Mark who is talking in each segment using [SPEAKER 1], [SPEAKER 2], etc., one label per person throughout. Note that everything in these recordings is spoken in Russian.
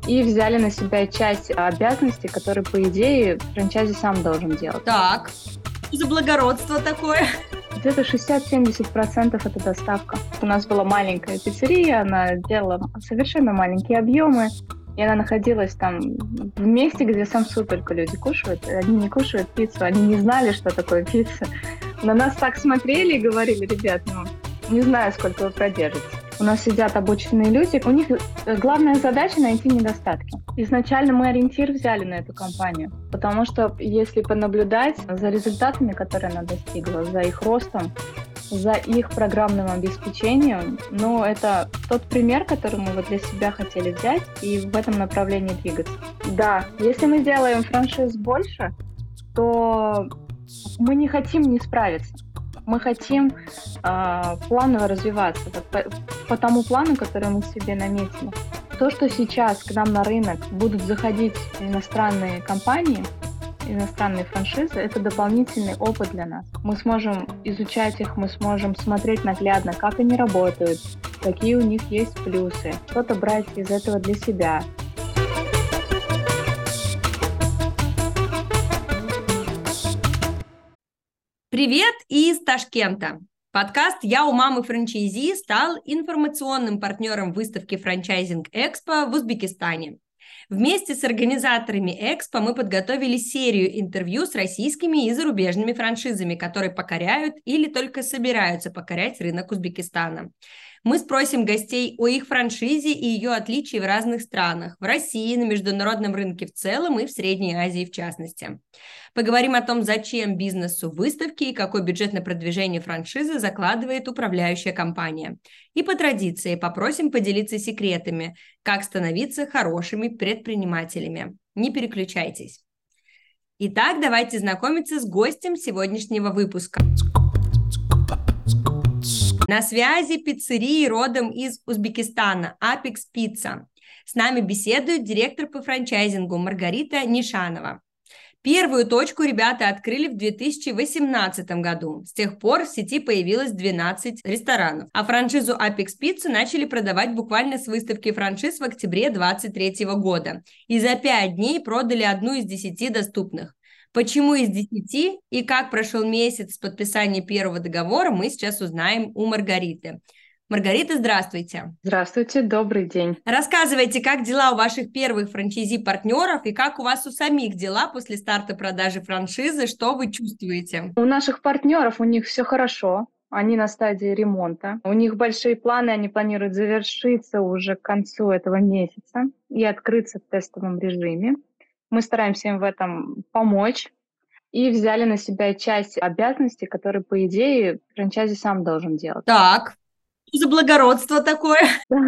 [SPEAKER 1] и взяли на себя часть обязанностей, которые, по идее, франчайзи сам должен делать.
[SPEAKER 2] Так, что за благородство такое?
[SPEAKER 1] Где-то 60-70% это доставка. У нас была маленькая пиццерия, она делала совершенно маленькие объемы, и она находилась там в месте, где самсу только люди кушают. Они не кушают пиццу, они не знали, что такое пицца. На нас так смотрели и говорили: ребят, не знаю, сколько вы продержитесь. У нас сидят обученные люди, у них главная задача — найти недостатки. Изначально мы ориентир взяли на эту компанию, потому что если понаблюдать за результатами, которые она достигла, за их ростом, за их программным обеспечением, это тот пример, который мы вот для себя хотели взять и в этом направлении двигаться. Да, если мы сделаем франшиз больше, то мы не хотим не справиться. Мы хотим планово развиваться по тому плану, который мы себе наметили. То, что сейчас к нам на рынок будут заходить иностранные компании, иностранные франшизы, это дополнительный опыт для нас. Мы сможем изучать их, мы сможем смотреть наглядно, как они работают, какие у них есть плюсы, что-то брать из этого для себя.
[SPEAKER 2] Привет из Ташкента. Подкаст «Я у мамы франчайзи» стал информационным партнером выставки «Франчайзинг Экспо» в Узбекистане. Вместе с организаторами Экспо мы подготовили серию интервью с российскими и зарубежными франшизами, которые покоряют или только собираются покорять рынок Узбекистана. Мы спросим гостей о их франшизе и ее отличии в разных странах, в России, на международном рынке в целом и в Средней Азии в частности. Поговорим о том, зачем бизнесу выставки и какой бюджет на продвижение франшизы закладывает управляющая компания. И по традиции попросим поделиться секретами, как становиться хорошими предпринимателями. Не переключайтесь. Итак, давайте знакомиться с гостем сегодняшнего выпуска. На связи пиццерии родом из Узбекистана Apex Pizza. С нами беседует директор по франчайзингу Маргарита Нишанова. Первую точку ребята открыли в 2018 году. С тех пор в сети появилось 12 ресторанов. А франшизу Apex Pizza начали продавать буквально с выставки франшиз в октябре 2023 года. И за 5 дней продали одну из 10 доступных. Почему из 10 и как прошел месяц с подписания первого договора, мы сейчас узнаем у Маргариты. Маргарита, здравствуйте.
[SPEAKER 1] Здравствуйте, добрый день.
[SPEAKER 2] Рассказывайте, как дела у ваших первых франчайзи-партнеров и как у вас у самих дела после старта продажи франшизы, что вы чувствуете?
[SPEAKER 1] У наших партнеров, у них все хорошо. Они на стадии ремонта. У них большие планы, они планируют завершиться уже к концу этого месяца и открыться в тестовом режиме. Мы стараемся им в этом помочь и взяли на себя часть обязанностей, которые, по идее, франчайзи сам должен делать.
[SPEAKER 2] Так, что за благородство такое?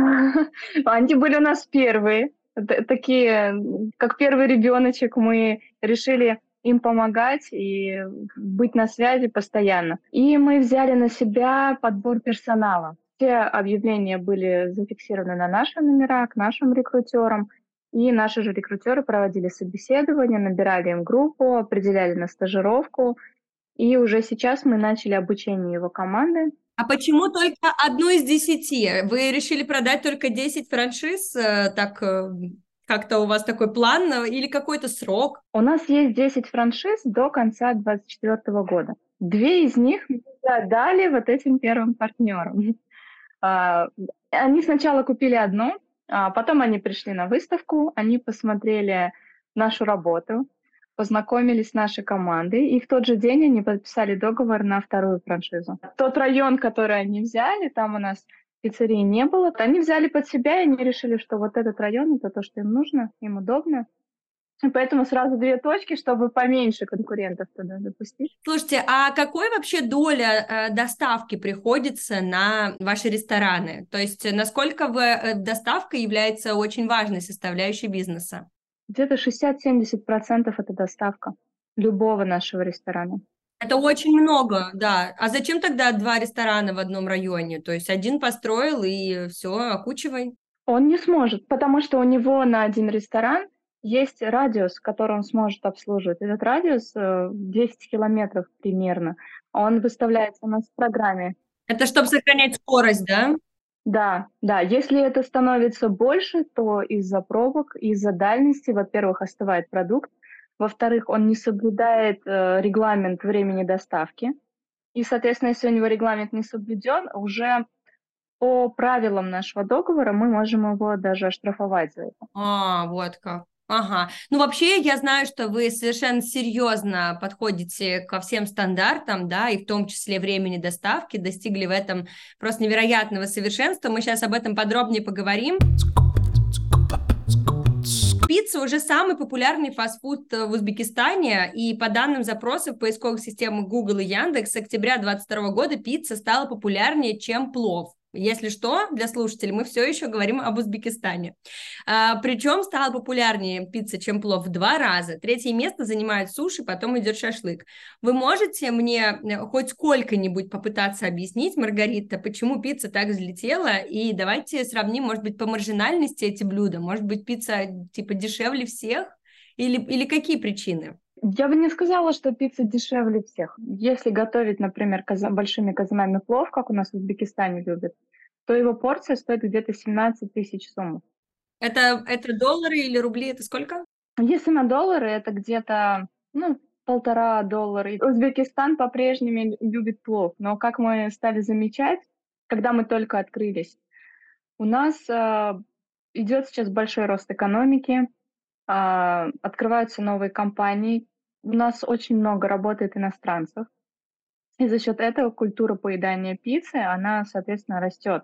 [SPEAKER 1] Они были у нас первые, такие, как первый ребеночек, мы решили им помогать и быть на связи постоянно. И мы взяли на себя подбор персонала. Все объявления были зафиксированы на наши номера, к нашим рекрутерам. И наши же рекрутеры проводили собеседование, набирали им группу, определяли на стажировку. И уже сейчас мы начали обучение его команды.
[SPEAKER 2] А почему только одну из 10? Вы решили продать только 10 франшиз? Как-то у вас такой план или какой-то срок?
[SPEAKER 1] У нас есть 10 франшиз до конца 2024 года. 2 из них мы отдали вот этим первым партнерам. Они сначала купили одну, а потом они пришли на выставку, они посмотрели нашу работу, познакомились с нашей командой, и в тот же день они подписали договор на вторую франшизу. Тот район, который они взяли, там у нас пиццерии не было, они взяли под себя, и они решили, что вот этот район — это то, что им нужно, им удобно. И поэтому сразу 2 точки, чтобы поменьше конкурентов туда запустить.
[SPEAKER 2] Слушайте, а какой вообще доля доставки приходится на ваши рестораны? То есть насколько доставка является очень важной составляющей бизнеса?
[SPEAKER 1] Где-то 60-70% это доставка любого нашего ресторана.
[SPEAKER 2] Это очень много, да. А зачем тогда 2 ресторана в одном районе? То есть один построил и все, окучивай.
[SPEAKER 1] Он не сможет, потому что у него на один ресторан есть радиус, который он сможет обслуживать. Этот радиус 10 километров примерно. Он выставляется у нас в программе.
[SPEAKER 2] Это чтобы сохранять скорость, да?
[SPEAKER 1] Да, да, если это становится больше, то из-за пробок, из-за дальности, во-первых, остывает продукт, во-вторых, он не соблюдает, регламент времени доставки. И, соответственно, если у него регламент не соблюден, уже по правилам нашего договора мы можем его даже оштрафовать за это.
[SPEAKER 2] Вот как. Ага. Ну, вообще, я знаю, что вы совершенно серьезно подходите ко всем стандартам, да, и в том числе времени доставки, достигли в этом просто невероятного совершенства. Мы сейчас об этом подробнее поговорим. Пицца уже самый популярный фастфуд в Узбекистане, и по данным запросов поисковых систем Google и Яндекс, с октября 2022 года пицца стала популярнее, чем плов. Если что, для слушателей, мы все еще говорим об Узбекистане. Причем стала популярнее пицца, чем плов в 2 раза. Третье место занимает суши, потом идет шашлык. Вы можете мне хоть сколько-нибудь попытаться объяснить, Маргарита, почему пицца так взлетела? И давайте сравним, может быть, по маржинальности эти блюда. Может быть, пицца типа дешевле всех? Или какие причины?
[SPEAKER 1] Я бы не сказала, что пицца дешевле всех. Если готовить, например, большими казанами плов, как у нас в Узбекистане любят, то его порция стоит где-то 17 тысяч сомов.
[SPEAKER 2] Это доллары или рубли? Это сколько?
[SPEAKER 1] Если на доллары, это где-то, ну, $1,5. И Узбекистан по-прежнему любит плов, но как мы стали замечать, когда мы только открылись, у нас, идет сейчас большой рост экономики, открываются новые компании, у нас очень много работает иностранцев, и за счет этого культура поедания пиццы, она, соответственно, растет.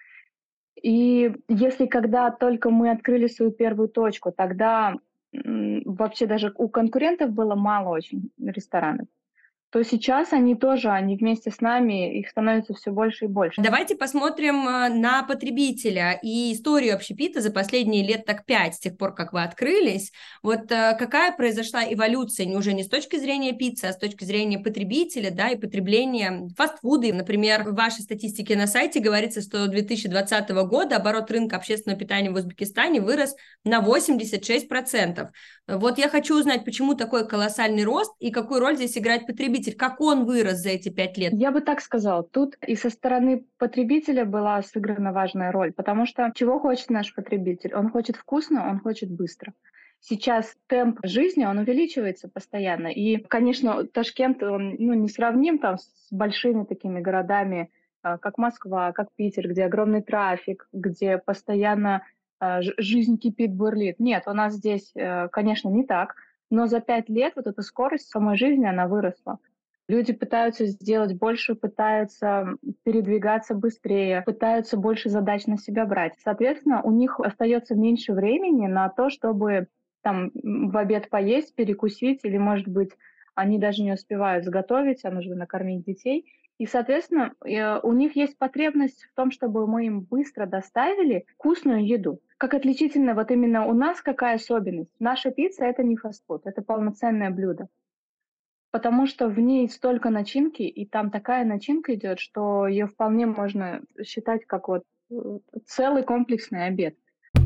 [SPEAKER 1] И если когда только мы открыли свою первую точку, тогда, вообще даже у конкурентов было мало очень ресторанов, то сейчас они вместе с нами, их становится все больше и больше.
[SPEAKER 2] Давайте посмотрим на потребителя и историю общепита за последние лет так 5, с тех пор, как вы открылись. Вот какая произошла эволюция, уже не с точки зрения пиццы, а с точки зрения потребителя, да, и потребления фастфуда. Например, в вашей статистике на сайте говорится, что 2020 года оборот рынка общественного питания в Узбекистане вырос на 86%. Вот я хочу узнать, почему такой колоссальный рост и какую роль здесь играет потребитель, как он вырос за эти 5 лет.
[SPEAKER 1] Я бы так сказала, тут и со стороны потребителя была сыграна важная роль, потому что чего хочет наш потребитель? Он хочет вкусно, он хочет быстро. Сейчас темп жизни, он увеличивается постоянно. И, конечно, Ташкент, он, ну, не сравним там с большими такими городами, как Москва, как Питер, где огромный трафик, где постоянно жизнь кипит, бурлит. Нет, у нас здесь, конечно, не так, но за 5 лет вот эта скорость самой жизни, она выросла. Люди пытаются сделать больше, пытаются передвигаться быстрее, пытаются больше задач на себя брать. Соответственно, у них остается меньше времени на то, чтобы там в обед поесть, перекусить, или, может быть, они даже не успевают сготовить, а нужно накормить детей. И, соответственно, у них есть потребность в том, чтобы мы им быстро доставили вкусную еду. Как отличительно, вот именно у нас какая особенность? Наша пицца — это не фастфуд, это полноценное блюдо. Потому что в ней столько начинки, и там такая начинка идет, что ее вполне можно считать как вот, целый комплексный обед.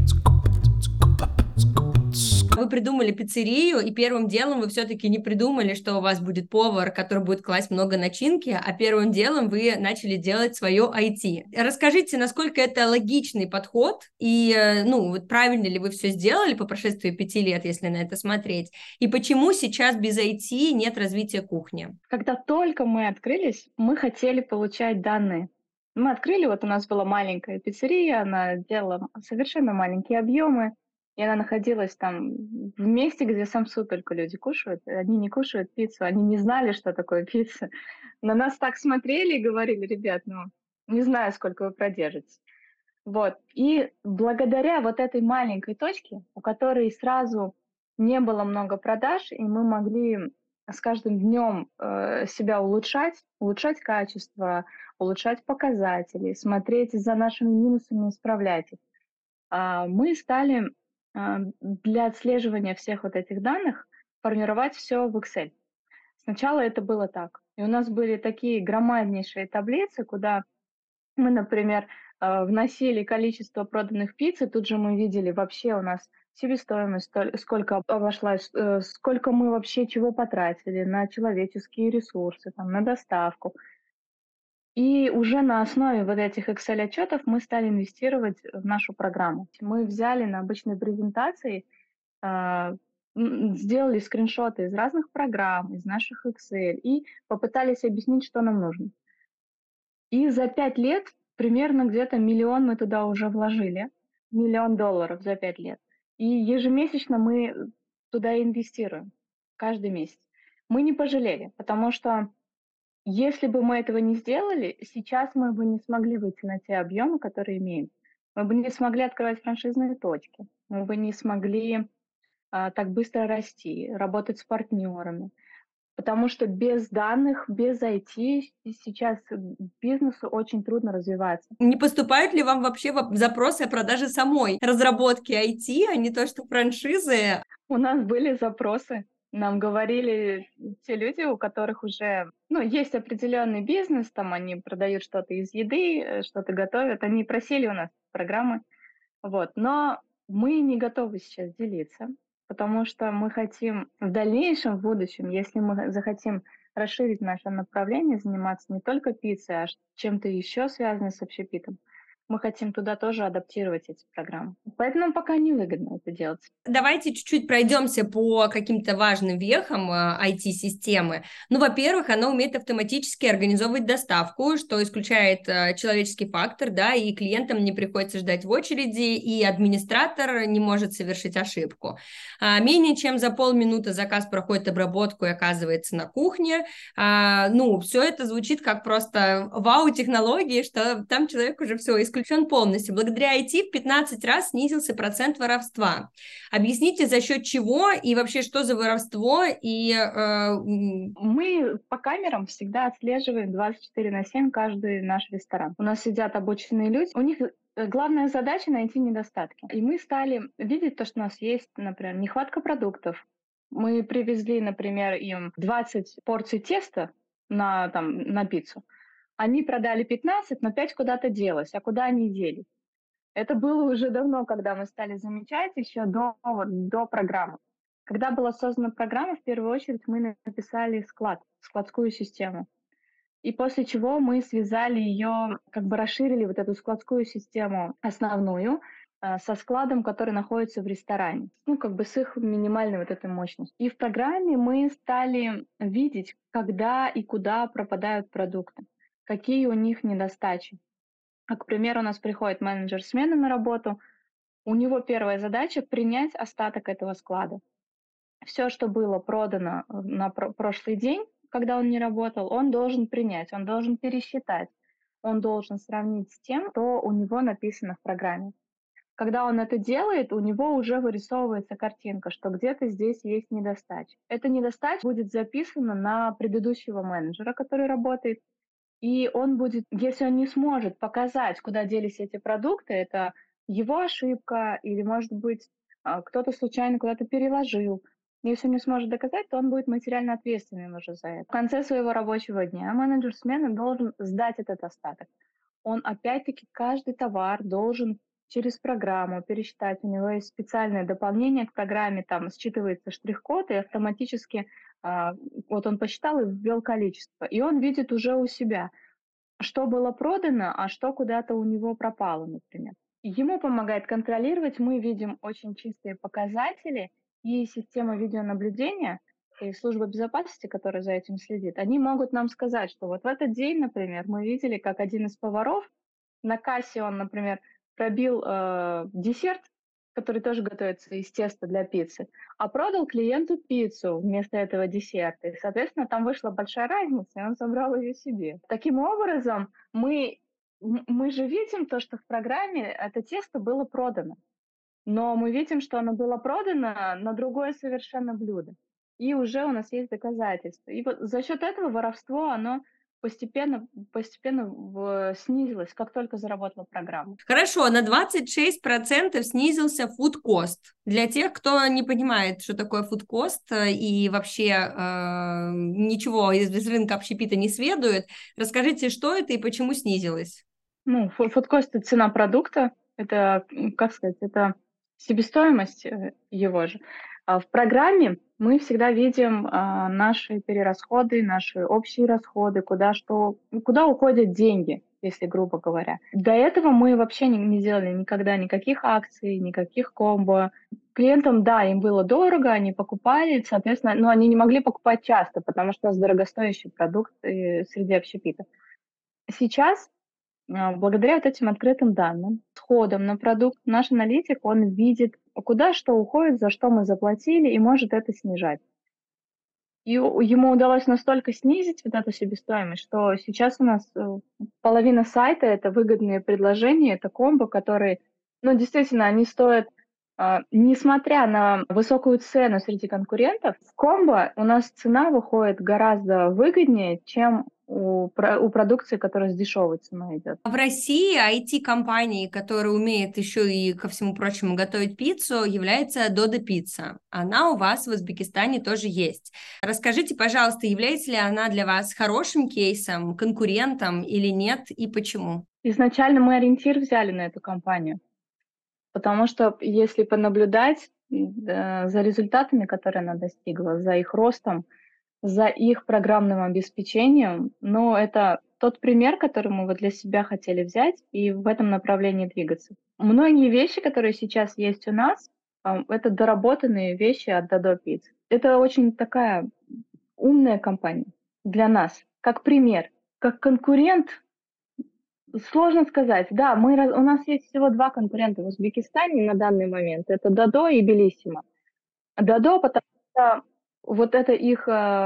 [SPEAKER 2] Вы придумали пиццерию, и первым делом вы все-таки не придумали, что у вас будет повар, который будет класть много начинки, а первым делом вы начали делать свое IT. Расскажите, насколько это логичный подход, и, ну, вот правильно ли вы все сделали по прошествии 5 лет, если на это смотреть, и почему сейчас без IT нет развития кухни?
[SPEAKER 1] Когда только мы открылись, мы хотели получать данные. Мы открыли, вот у нас была маленькая пиццерия, она делала совершенно маленькие объемы, и она находилась там в месте, где самсу только люди кушают. Они не кушают пиццу, они не знали, что такое пицца. На нас так смотрели и говорили: ребят, ну, не знаю, сколько вы продержитесь. Вот. И благодаря вот этой маленькой точке, у которой сразу не было много продаж, и мы могли с каждым днем себя улучшать качество, улучшать показатели, смотреть за нашими минусами, исправлять их. Мы стали для отслеживания всех вот этих данных формировать все в Excel. Сначала это было так. И у нас были такие громаднейшие таблицы, куда мы, например, вносили количество проданных пицц, и тут же мы видели вообще у нас себестоимость, сколько обошлась, сколько мы вообще чего потратили на человеческие ресурсы, там, на доставку. И уже на основе вот этих Excel-отчетов мы стали инвестировать в нашу программу. Мы взяли на обычной презентации, а, сделали скриншоты из разных программ, из наших Excel и попытались объяснить, что нам нужно. И за 5 лет примерно где-то 1 000 000 мы туда уже вложили, $1 000 000 за 5 лет. И ежемесячно мы туда инвестируем, каждый месяц. Мы не пожалели, потому что если бы мы этого не сделали, сейчас мы бы не смогли выйти на те объемы, которые имеем. Мы бы не смогли открывать франшизные точки, мы бы не смогли так быстро расти, работать с партнерами. Потому что без данных, без IT сейчас бизнесу очень трудно развиваться.
[SPEAKER 2] Не поступают ли вам вообще запросы о продаже самой разработки IT, а не то, что франшизы?
[SPEAKER 1] У нас были запросы. Нам говорили те люди, у которых уже, есть определенный бизнес, там они продают что-то из еды, что-то готовят. Они просили у нас программы. Вот. Но мы не готовы сейчас делиться, потому что мы хотим в дальнейшем, в будущем, если мы захотим расширить наше направление, заниматься не только пиццей, а чем-то еще связанным с общепитом, мы хотим туда тоже адаптировать эти программы. Поэтому пока невыгодно это делать.
[SPEAKER 2] Давайте чуть-чуть пройдемся по каким-то важным вехам IT-системы. Ну, во-первых, она умеет автоматически организовывать доставку, что исключает человеческий фактор, да, и клиентам не приходится ждать в очереди, и администратор не может совершить ошибку. Менее чем за полминуты заказ проходит обработку и оказывается на кухне. Ну, все это звучит как просто вау-технологии, что там человек уже все исключен полностью. Благодаря IT в 15 раз снизился процент воровства. Объясните, за счет чего и вообще что за воровство?
[SPEAKER 1] Мы по камерам всегда отслеживаем 24/7 каждый наш ресторан. У нас сидят обученные люди, у них главная задача найти недостатки. И мы стали видеть то, что у нас есть, например, нехватка продуктов. Мы привезли, например, им 20 порций теста на пиццу. Они продали 15, но 5 куда-то делось. А куда они делись? Это было уже давно, когда мы стали замечать, еще до программы. Когда была создана программа, в первую очередь мы написали складскую систему. И после чего мы связали ее, как бы расширили вот эту складскую систему основную со складом, который находится в ресторане. Как бы с их минимальной вот этой мощностью. И в программе мы стали видеть, когда и куда пропадают продукты, какие у них недостачи. К примеру, у нас приходит менеджер смены на работу, у него первая задача — принять остаток этого склада. Все, что было продано на прошлый день, когда он не работал, он должен принять, он должен пересчитать, он должен сравнить с тем, что у него написано в программе. Когда он это делает, у него уже вырисовывается картинка, что где-то здесь есть недостача. Эта недостача будет записана на предыдущего менеджера, который работает, и он будет, если он не сможет показать, куда делись эти продукты, это его ошибка или, может быть, кто-то случайно куда-то переложил. Если он не сможет доказать, то он будет материально ответственным уже за это. В конце своего рабочего дня менеджер смены должен сдать этот остаток. Он опять-таки каждый товар должен через программу пересчитать. У него есть специальное дополнение к программе, там считывается штрих-код, и автоматически вот он посчитал и ввел количество. И он видит уже у себя, что было продано, а что куда-то у него пропало, например. Ему помогает контролировать. Мы видим очень чистые показатели, и система видеонаблюдения и служба безопасности, которая за этим следит, они могут нам сказать, что вот в этот день, например, мы видели, как один из поваров на кассе, он, например, пробил десерт, который тоже готовится из теста для пиццы, а продал клиенту пиццу вместо этого десерта. И, соответственно, там вышла большая разница, и он забрал ее себе. Таким образом, мы же видим то, что в программе это тесто было продано, но мы видим, что оно было продано на другое совершенно блюдо. И уже у нас есть доказательства. И вот за счет этого воровство, оно постепенно снизилось, как только заработала программа.
[SPEAKER 2] Хорошо, на 26% снизился фудкост. Для тех, кто не понимает, что такое фудкост и вообще ничего из рынка общепита не сведует, расскажите, что это и почему снизилось?
[SPEAKER 1] Фудкост — это цена продукта, это, как сказать, это себестоимость его же. А в программе Мы всегда видим наши перерасходы, наши общие расходы, куда уходят деньги, если грубо говоря. До этого мы вообще не делали никогда никаких акций, никаких комбо. Клиентам, да, им было дорого, они покупали, соответственно, но они не могли покупать часто, потому что у нас дорогостоящий продукт среди общепита. Сейчас благодаря вот этим открытым данным, сходам на продукт, наш аналитик, он видит, куда что уходит, за что мы заплатили, и может это снижать. И ему удалось настолько снизить вот эту себестоимость, что сейчас у нас половина сайта — это выгодные предложения, это комбо, которые, ну, действительно, они стоят, несмотря на высокую цену среди конкурентов, в комбо у нас цена выходит гораздо выгоднее, чем у продукции, которая с дешевой ценой идет.
[SPEAKER 2] В России IT-компанией, которая умеет еще и, ко всему прочему, готовить пиццу, является Dodo Pizza. Она у вас в Узбекистане тоже есть. Расскажите, пожалуйста, является ли она для вас хорошим кейсом, конкурентом или нет, и почему?
[SPEAKER 1] Изначально мы ориентир взяли на эту компанию, потому что если понаблюдать за результатами, которые она достигла, за их ростом, за их программным обеспечением, ну, это тот пример, который мы вот для себя хотели взять и в этом направлении двигаться. Многие вещи, которые сейчас есть у нас, это доработанные вещи от Dodo Pizza. Это очень такая умная компания для нас, как пример. Как конкурент сложно сказать. Да, у нас есть всего два конкурента в Узбекистане на данный момент. Это Додо и Белиссимо. Додо, потому что вот эта их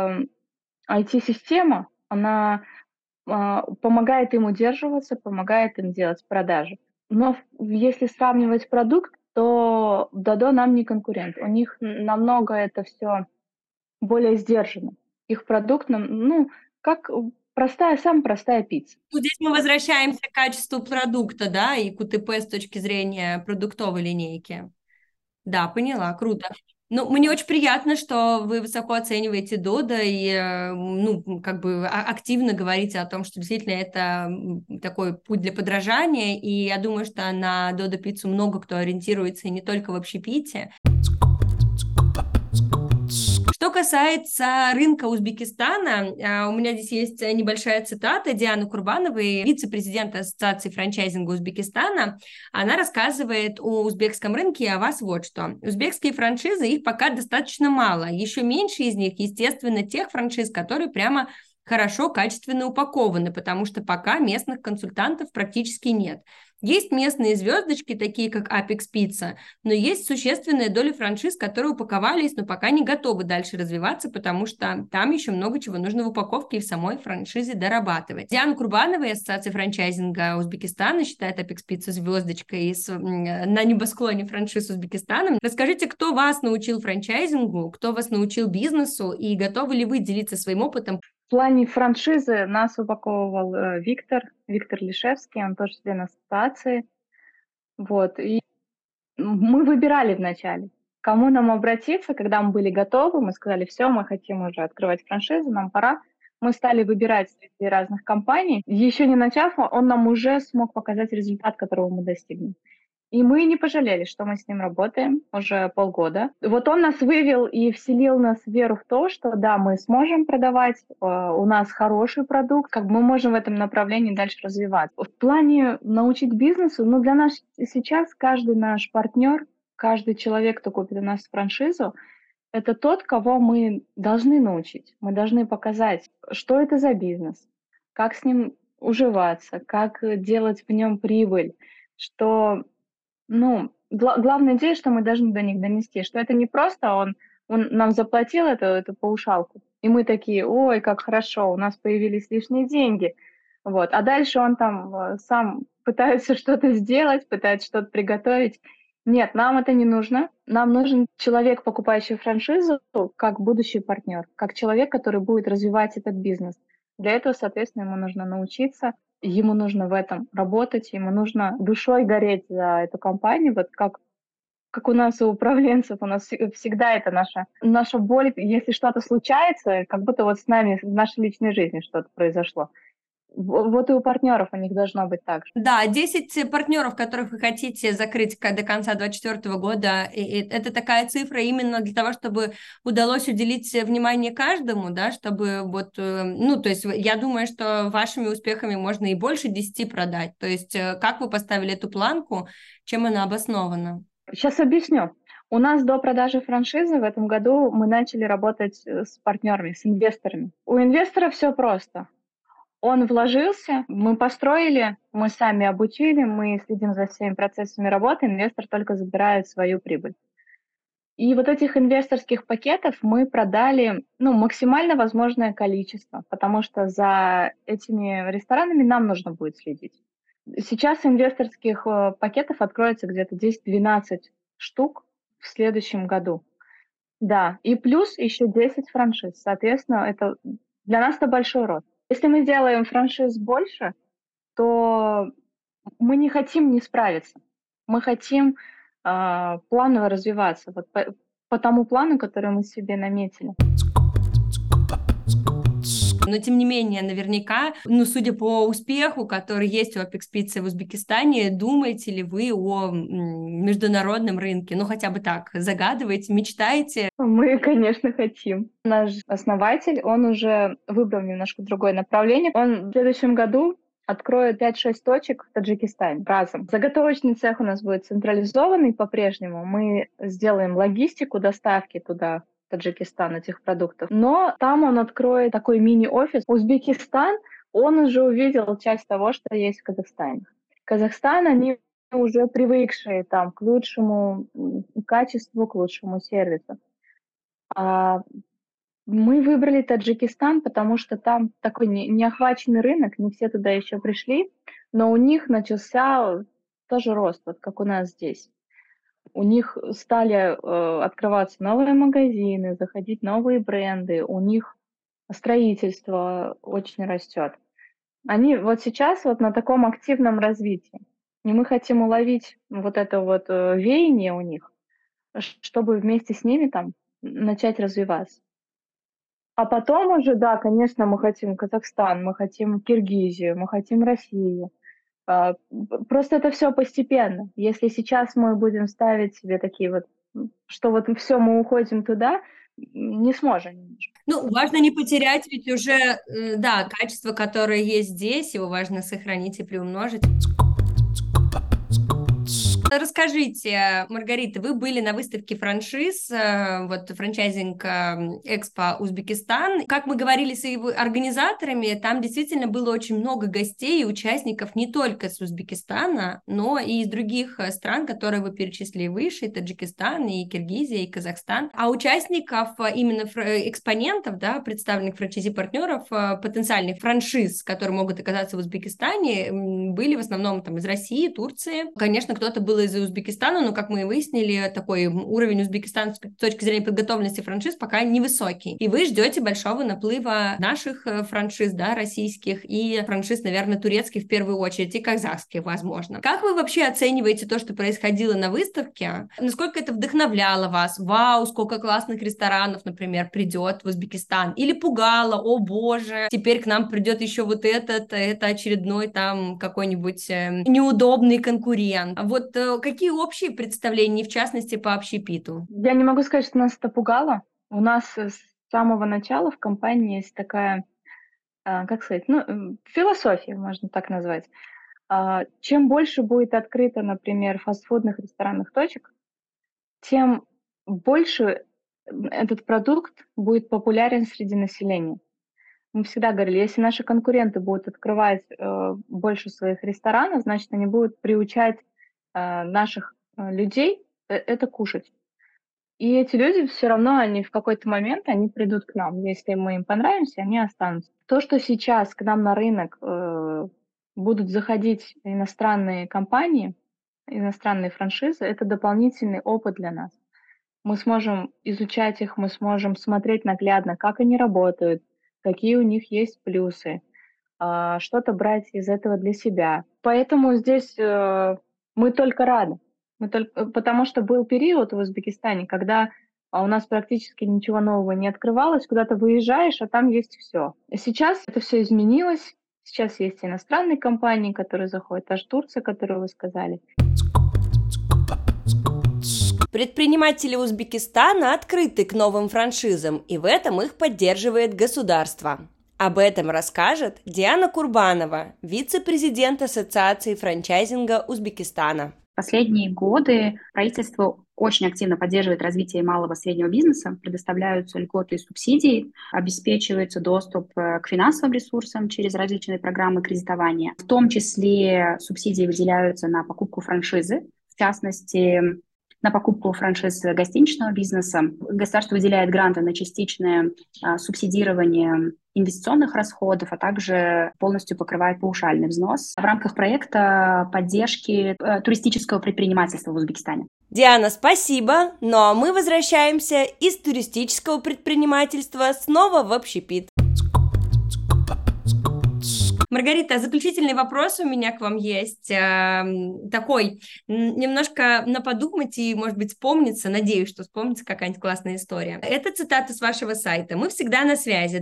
[SPEAKER 1] IT-система, она помогает им удерживаться, помогает им делать продажи. Но если сравнивать продукт, то Додо нам не конкурент. У них намного это все более сдержанно. Их продукт, ну, как самая простая пицца.
[SPEAKER 2] Ну, здесь мы возвращаемся к качеству продукта, да, и к УТП с точки зрения продуктовой линейки. Да, поняла, круто. Ну, мне очень приятно, что вы высоко оцениваете Додо и, ну, как бы активно говорите о том, что действительно это такой путь для подражания, и я думаю, что на Додо пиццу много кто ориентируется, и не только в общепите. Что касается рынка Узбекистана, у меня здесь есть небольшая цитата Дианы Курбановой, вице-президента Ассоциации франчайзинга Узбекистана. Она рассказывает о узбекском рынке и о вас вот что. Узбекские франшизы, их пока достаточно мало. Еще меньше из них, естественно, тех франшиз, которые прямо хорошо, качественно упакованы, потому что пока местных консультантов практически нет. Есть местные звездочки, такие как Apex Pizza, но есть существенная доля франшиз, которые упаковались, но пока не готовы дальше развиваться, потому что там еще много чего нужно в упаковке и в самой франшизе дорабатывать. Диана Курбанова из Ассоциации франчайзинга Узбекистана считает Apex Pizza звездочкой на небосклоне франшиз Узбекистана. Расскажите, кто вас научил франчайзингу, кто вас научил бизнесу и готовы ли вы делиться своим опытом?
[SPEAKER 1] В плане франшизы нас упаковывал Виктор Лишевский, он тоже член ассоциации. Вот. И мы выбирали вначале, к кому нам обратиться, когда мы были готовы. Мы сказали, все, мы хотим уже открывать франшизу, нам пора. Мы стали выбирать среди разных компаний. Еще не начав, он нам уже смог показать результат, которого мы достигнем. И мы не пожалели, что мы с ним работаем уже полгода. Вот он нас вывел и вселил нас веру в то, что да, мы сможем продавать, у нас хороший продукт, как бы мы можем в этом направлении дальше развиваться. В плане научить бизнесу, ну, для нас сейчас каждый наш партнер, каждый человек, кто купит у нас франшизу, это тот, кого мы должны научить. Мы должны показать, что это за бизнес, как с ним уживаться, как делать в нем прибыль, что ну, главная идея, что мы должны до них донести, что это не просто он нам заплатил эту паушалку, и мы такие: ой, как хорошо, у нас появились лишние деньги. Вот. А дальше он там сам пытается что-то сделать, пытается что-то приготовить. Нет, нам это не нужно. Нам нужен человек, покупающий франшизу, как будущий партнер, как человек, который будет развивать этот бизнес. Для этого, соответственно, ему нужно научиться, ему нужно в этом работать, ему нужно душой гореть за эту компанию, вот как у нас у управленцев, у нас всегда это наша боль, если что-то случается, как будто вот с нами в нашей личной жизни что-то произошло. Вот и у партнеров у них должно быть так же.
[SPEAKER 2] Да, 10 партнеров, которых вы хотите закрыть до конца 2024 года, это такая цифра именно для того, чтобы удалось уделить внимание каждому, да, чтобы вот, ну, то есть я думаю, что вашими успехами можно и больше 10 продать. То есть как вы поставили эту планку, чем она обоснована?
[SPEAKER 1] Сейчас объясню. У нас до продажи франшизы в этом году мы начали работать с партнерами, с инвесторами. У инвестора все просто. Он вложился, мы построили, мы сами обучили, мы следим за всеми процессами работы, инвестор только забирает свою прибыль. И вот этих инвесторских пакетов мы продали, ну, максимально возможное количество, потому что за этими ресторанами нам нужно будет следить. Сейчас инвесторских пакетов откроется где-то 10-12 штук в следующем году. Да, и плюс еще 10 франшиз. Соответственно, это для нас это большой рост. Если мы делаем франшиз больше, то мы не хотим не справиться. Мы хотим планово развиваться вот по тому плану, который мы себе наметили.
[SPEAKER 2] Но, тем не менее, наверняка, ну, судя по успеху, который есть у Apex Pizza в Узбекистане, думаете ли вы о международном рынке? Ну, хотя бы так, загадываете, мечтаете?
[SPEAKER 1] Мы, конечно, хотим. Наш основатель, он уже выбрал немножко другое направление. Он в следующем году откроет 5-6 точек в Таджикистане разом. Заготовочный цех у нас будет централизованный по-прежнему. Мы сделаем логистику доставки туда, в Таджикистан, этих продуктов. Но там он откроет такой мини-офис. Узбекистан, он уже увидел часть того, что есть в Казахстане. Казахстан, они уже привыкшие там к лучшему качеству, к лучшему сервису. А мы выбрали Таджикистан, потому что там такой неохваченный рынок, не все туда еще пришли, но у них начался тоже рост, вот как у нас здесь. У них стали открываться новые магазины, заходить новые бренды, у них строительство очень растет. Они вот сейчас вот на таком активном развитии. И мы хотим уловить вот это вот веяние у них, чтобы вместе с ними там начать развиваться. А потом уже, да, конечно, мы хотим Казахстан, мы хотим Киргизию, мы хотим Россию. Просто это все постепенно. Если сейчас мы будем ставить себе такие вот, что вот все, мы уходим туда, не сможем немножко.
[SPEAKER 2] Ну, важно не потерять ведь уже, да, качество, которое есть здесь, его важно сохранить и приумножить. Расскажите, Маргарита, вы были на выставке франшиз, вот франчайзинг Экспо Узбекистан. Как мы говорили с его организаторами, там действительно было очень много гостей и участников не только с Узбекистана, но и из других стран, которые вы перечислили выше, и Таджикистан, и Киргизия, и Казахстан. А участников, именно экспонентов, да, представленных франчайзи-партнеров, потенциальных франшиз, которые могут оказаться в Узбекистане, были в основном там из России, Турции. Конечно, кто-то был из Узбекистана, но, как мы и выяснили, такой уровень Узбекистана с точки зрения подготовленности франшиз пока невысокий. И вы ждете большого наплыва наших франшиз, да, российских, и франшиз, наверное, турецких в первую очередь, и казахских, возможно. Как вы вообще оцениваете то, что происходило на выставке? Насколько это вдохновляло вас? Вау, сколько классных ресторанов, например, придет в Узбекистан? Или пугало? О, боже, теперь к нам придет еще вот это очередной там какой-нибудь неудобный конкурент. Вот какие общие представления, в частности, по общепиту?
[SPEAKER 1] Я не могу сказать, что нас это пугало. У нас с самого начала в компании есть такая, как сказать, ну, философия, можно так назвать. Чем больше будет открыто, например, фастфудных ресторанных точек, тем больше этот продукт будет популярен среди населения. Мы всегда говорили, если наши конкуренты будут открывать больше своих ресторанов, значит, они будут приучать наших людей это кушать. И эти люди все равно, они в какой-то момент, они придут к нам. Если мы им понравимся, они останутся. То, что сейчас к нам на рынок будут заходить иностранные компании, иностранные франшизы, это дополнительный опыт для нас. Мы сможем изучать их, мы сможем смотреть наглядно, как они работают, какие у них есть плюсы, что-то брать из этого для себя. Поэтому здесь мы только рады. Потому что был период в Узбекистане, когда у нас практически ничего нового не открывалось, куда-то выезжаешь, а там есть все. Сейчас это все изменилось, Сейчас есть иностранные компании, которые заходят, аж Турция, которую вы сказали.
[SPEAKER 2] Предприниматели Узбекистана открыты к новым франшизам, и в этом их поддерживает государство. Об этом расскажет Диана Курбанова, вице-президент Ассоциации франчайзинга Узбекистана.
[SPEAKER 3] Последние годы правительство очень активно поддерживает развитие малого и среднего бизнеса, предоставляются льготы и субсидии, обеспечивается доступ к финансовым ресурсам через различные программы кредитования. В том числе субсидии выделяются на покупку франшизы, в частности, на покупку франшиз гостиничного бизнеса. Государство выделяет гранты на частичное субсидирование инвестиционных расходов, а также полностью покрывает паушальный взнос в рамках проекта поддержки туристического предпринимательства в Узбекистане.
[SPEAKER 2] Диана, спасибо. Ну а мы возвращаемся из туристического предпринимательства снова в общепит. Маргарита, заключительный вопрос у меня к вам есть. Такой, немножко на подумать и, может быть, вспомнится, надеюсь, что вспомнится какая-нибудь классная история. Это цитата с вашего сайта. «Мы всегда на связи,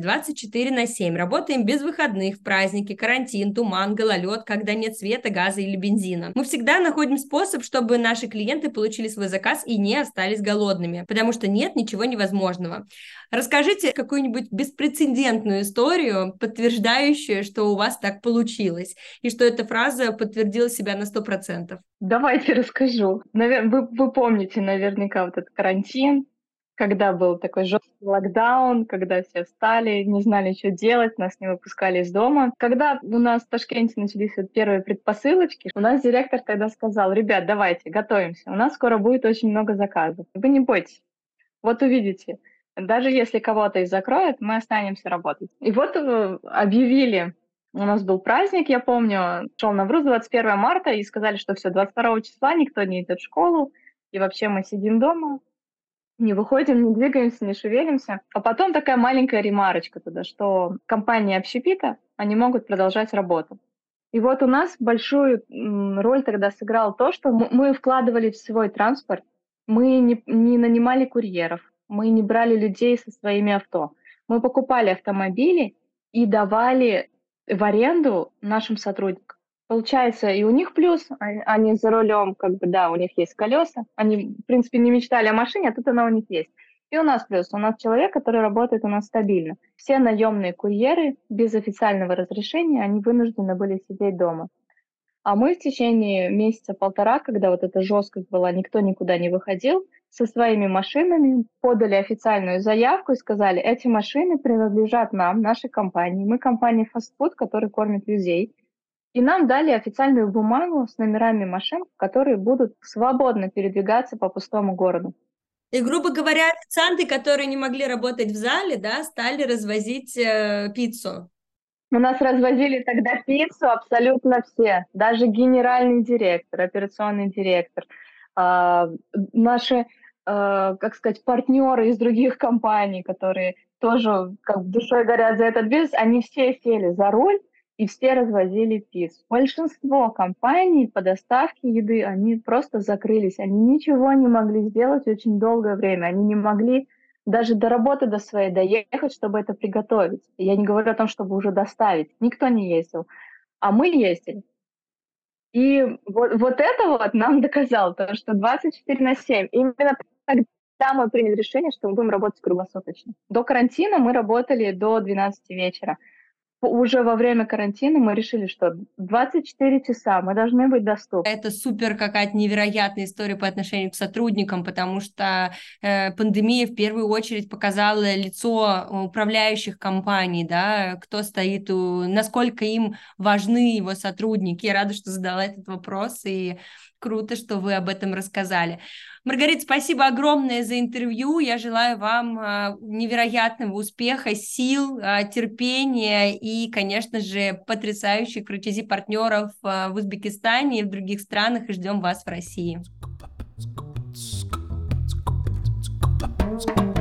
[SPEAKER 2] 24/7, работаем без выходных, в праздники, карантин, туман, гололед, когда нет света, газа или бензина. Мы всегда находим способ, чтобы наши клиенты получили свой заказ и не остались голодными, потому что нет ничего невозможного». Расскажите какую-нибудь беспрецедентную историю, подтверждающую, что у вас так получилось, и что эта фраза подтвердила себя на 100%.
[SPEAKER 1] Давайте расскажу. Вы помните наверняка вот этот карантин, когда был такой жесткий локдаун, когда все встали, не знали, что делать, нас не выпускали из дома. Когда у нас в Ташкенте начались вот первые предпосылочки, у нас директор тогда сказал: ребят, давайте, готовимся, у нас скоро будет очень много заказов. Вы не бойтесь, вот увидите. Даже если кого-то и закроют, мы останемся работать. И вот объявили, у нас был праздник, я помню, шел Навруз 21 марта, и сказали, что все, 22 числа никто не идет в школу, и вообще мы сидим дома, не выходим, не двигаемся, не шевелимся. А потом такая маленькая ремарочка туда, что компании общепита, они могут продолжать работу. И вот у нас большую роль тогда сыграло то, что мы вкладывали в свой транспорт, мы не нанимали курьеров, мы не брали людей со своими авто. Мы покупали автомобили и давали в аренду нашим сотрудникам. Получается, и у них плюс, они за рулем, как бы, да, у них есть колеса. Они, в принципе, не мечтали о машине, а тут она у них есть. И у нас плюс. У нас человек, который работает у нас стабильно. Все наемные курьеры без официального разрешения, они вынуждены были сидеть дома. А мы в течение месяца-полтора, когда вот эта жесткость была, никто никуда не выходил, со своими машинами подали официальную заявку и сказали: эти машины принадлежат нам, нашей компании. Мы компания фастфуд, которая кормит людей. И нам дали официальную бумагу с номерами машин, которые будут свободно передвигаться по пустому городу.
[SPEAKER 2] И, грубо говоря, официанты, которые не могли работать в зале, да, стали развозить пиццу.
[SPEAKER 1] У нас развозили тогда пиццу абсолютно все, даже генеральный директор, операционный директор, наши, как сказать, партнеры из других компаний, которые тоже как душой горят за этот бизнес, они все сели за руль и все развозили пиццу. Большинство компаний по доставке еды, они просто закрылись, они ничего не могли сделать очень долгое время, они не могли даже до работы до своей доехать, чтобы это приготовить. Я не говорю о том, чтобы уже доставить. Никто не ездил. А мы ездили. И вот это вот нам доказало, то, что 24/7. Именно тогда мы приняли решение, что мы будем работать круглосуточно. До карантина мы работали до 12 вечера. Уже во время карантина мы решили, что 24 часа мы должны быть доступны.
[SPEAKER 2] Это супер какая-то невероятная история по отношению к сотрудникам, потому что пандемия в первую очередь показала лицо управляющих компаний, да, кто стоит, насколько им важны его сотрудники. Я рада, что задала этот вопрос, и круто, что вы об этом рассказали. Маргарита, спасибо огромное за интервью. Я желаю вам невероятного успеха, сил, терпения и, конечно же, потрясающих франчайзи-партнеров в Узбекистане и в других странах. И ждем вас в России.